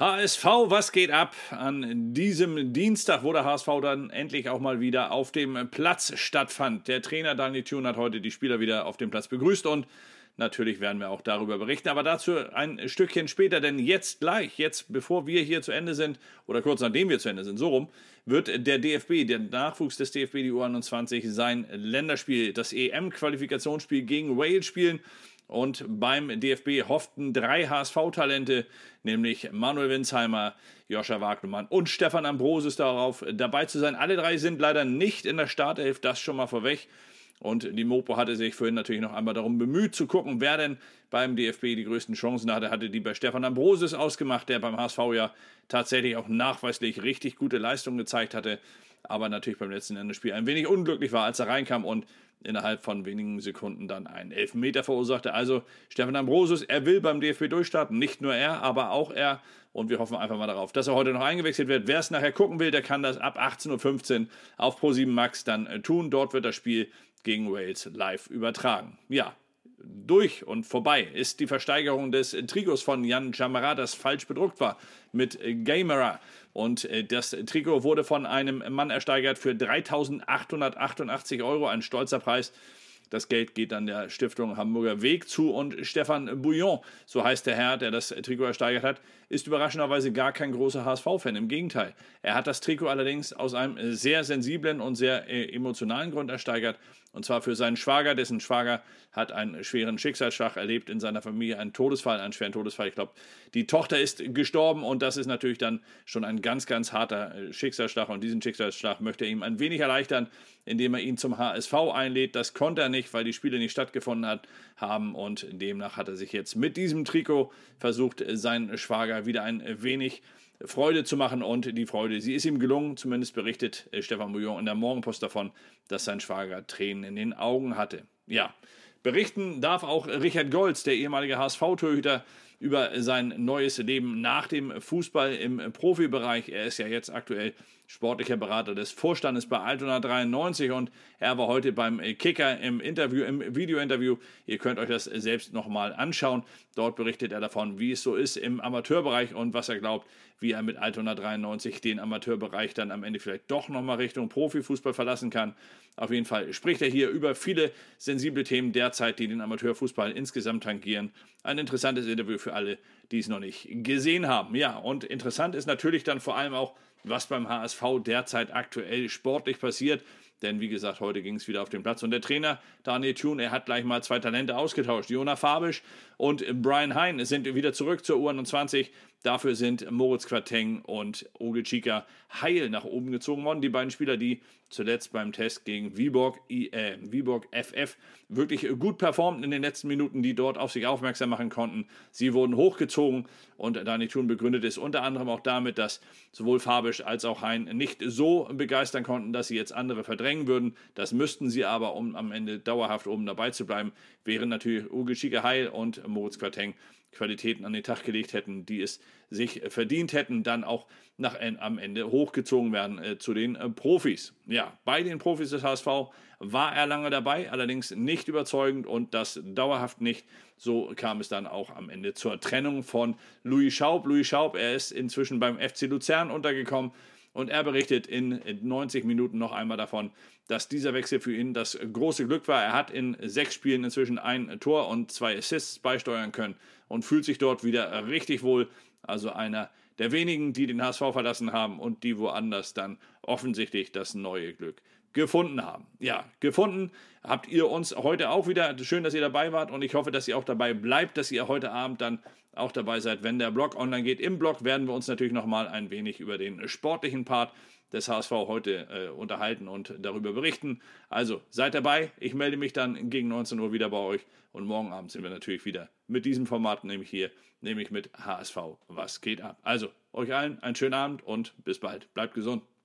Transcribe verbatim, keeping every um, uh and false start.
H S V, was geht ab? An diesem Dienstag, wo der H S V dann endlich auch mal wieder auf dem Platz stattfand. Der Trainer Daniel Thune hat heute die Spieler wieder auf dem Platz begrüßt und natürlich werden wir auch darüber berichten, aber dazu ein Stückchen später, denn jetzt gleich, jetzt bevor wir hier zu Ende sind, oder kurz nachdem wir zu Ende sind, so rum, wird der D F B, der Nachwuchs des D F B, die U einundzwanzig, sein Länderspiel, das E M-Qualifikationsspiel gegen Wales spielen. Und beim D F B hofften drei H S V-Talente, nämlich Manuel Winsheimer, Joscha Wagnumann und Stefan Ambrosius darauf dabei zu sein. Alle drei sind leider nicht in der Startelf, das schon mal vorweg. Und die Mopo hatte sich vorhin natürlich noch einmal darum bemüht zu gucken, wer denn beim D F B die größten Chancen hatte. Hatte die bei Stefan Ambrosius ausgemacht, der beim H S V ja tatsächlich auch nachweislich richtig gute Leistungen gezeigt hatte, aber natürlich beim letzten Länderspiel ein wenig unglücklich war, als er reinkam und innerhalb von wenigen Sekunden dann einen Elfmeter verursachte. Also Stefan Ambrosius, er will beim D F B durchstarten, nicht nur er, aber auch er. Und wir hoffen einfach mal darauf, dass er heute noch eingewechselt wird. Wer es nachher gucken will, der kann das ab achtzehn Uhr fünfzehn auf ProSieben Max dann tun. Dort wird das Spiel gegen Wales live übertragen. Ja, durch und vorbei ist die Versteigerung des Trikots von Jan Jamara, das falsch bedruckt war, mit Gamerer. Und das Trikot wurde von einem Mann ersteigert für dreitausendachthundertachtundachtzig Euro, ein stolzer Preis. Das Geld geht dann der Stiftung Hamburger Weg zu und Stefan Bouillon, so heißt der Herr, der das Trikot ersteigert hat, ist überraschenderweise gar kein großer H S V-Fan, im Gegenteil. Er hat das Trikot allerdings aus einem sehr sensiblen und sehr äh, emotionalen Grund ersteigert, und zwar für seinen Schwager, dessen Schwager hat einen schweren Schicksalsschlag erlebt, in seiner Familie einen Todesfall, einen schweren Todesfall. Ich glaube, die Tochter ist gestorben und das ist natürlich dann schon ein ganz, ganz harter Schicksalsschlag und diesen Schicksalsschlag möchte er ihm ein wenig erleichtern, indem er ihn zum H S V einlädt. Das konnte er nicht, weil die Spiele nicht stattgefunden hat, haben und demnach hat er sich jetzt mit diesem Trikot versucht, seinen Schwager wieder ein wenig Freude zu machen und die Freude, sie ist ihm gelungen, zumindest berichtet Stefan Bouillon in der Morgenpost davon, dass sein Schwager Tränen in den Augen hatte. Ja, berichten darf auch Richard Goltz, der ehemalige H S V-Torhüter, über sein neues Leben nach dem Fußball im Profibereich. Er ist ja jetzt aktuell sportlicher Berater des Vorstandes bei Altona dreiundneunzig und er war heute beim Kicker im Interview, im Videointerview. Ihr könnt euch das selbst nochmal anschauen. Dort berichtet er davon, wie es so ist im Amateurbereich und was er glaubt, wie er mit Altona dreiundneunzig den Amateurbereich dann am Ende vielleicht doch nochmal Richtung Profifußball verlassen kann. Auf jeden Fall spricht er hier über viele sensible Themen derzeit, die den Amateurfußball insgesamt tangieren. Ein interessantes Interview für alle, die es noch nicht gesehen haben. Ja, und interessant ist natürlich dann vor allem auch, was beim H S V derzeit aktuell sportlich passiert. Denn wie gesagt, heute ging es wieder auf den Platz. Und der Trainer Daniel Thune, er hat gleich mal zwei Talente ausgetauscht. Jona Fabisch und Brian Hein sind wieder zurück zur U einundzwanzig. Dafür sind Moritz Quateng und Ogle Chica heil nach oben gezogen worden. Die beiden Spieler, die zuletzt beim Test gegen Viborg, äh, Viborg F F wirklich gut performten in den letzten Minuten, die dort auf sich aufmerksam machen konnten. Sie wurden hochgezogen und Daniel Thune begründet es unter anderem auch damit, dass sowohl Fabisch als auch Hein nicht so begeistern konnten, dass sie jetzt andere verdrängen würden. Das müssten sie aber, um am Ende dauerhaft oben dabei zu bleiben, während natürlich Ogle Chica heil und Moritz Quateng Qualitäten an den Tag gelegt hätten, die es sich verdient hätten, dann auch nach, äh, am Ende hochgezogen werden äh, zu den äh, Profis. Ja, bei den Profis des H S V war er lange dabei, allerdings nicht überzeugend und das dauerhaft nicht. So kam es dann auch am Ende zur Trennung von Louis Schaub. Louis Schaub, er ist inzwischen beim F C Luzern untergekommen. Und er berichtet in neunzig Minuten noch einmal davon, dass dieser Wechsel für ihn das große Glück war. Er hat in sechs Spielen inzwischen ein Tor und zwei Assists beisteuern können und fühlt sich dort wieder richtig wohl. Also einer der wenigen, die den H S V verlassen haben und die woanders dann offensichtlich das neue Glück gefunden haben. Ja, gefunden habt ihr uns heute auch wieder. Schön, dass ihr dabei wart und ich hoffe, dass ihr auch dabei bleibt, dass ihr heute Abend dann auch dabei seid, wenn der Blog online geht. Im Blog werden wir uns natürlich nochmal ein wenig über den sportlichen Part des H S V heute äh, unterhalten und darüber berichten. Also seid dabei. Ich melde mich dann gegen neunzehn Uhr wieder bei euch und morgen Abend sind wir natürlich wieder mit diesem Format, nämlich hier, nämlich mit H S V. Was geht ab? Also euch allen einen schönen Abend und bis bald. Bleibt gesund.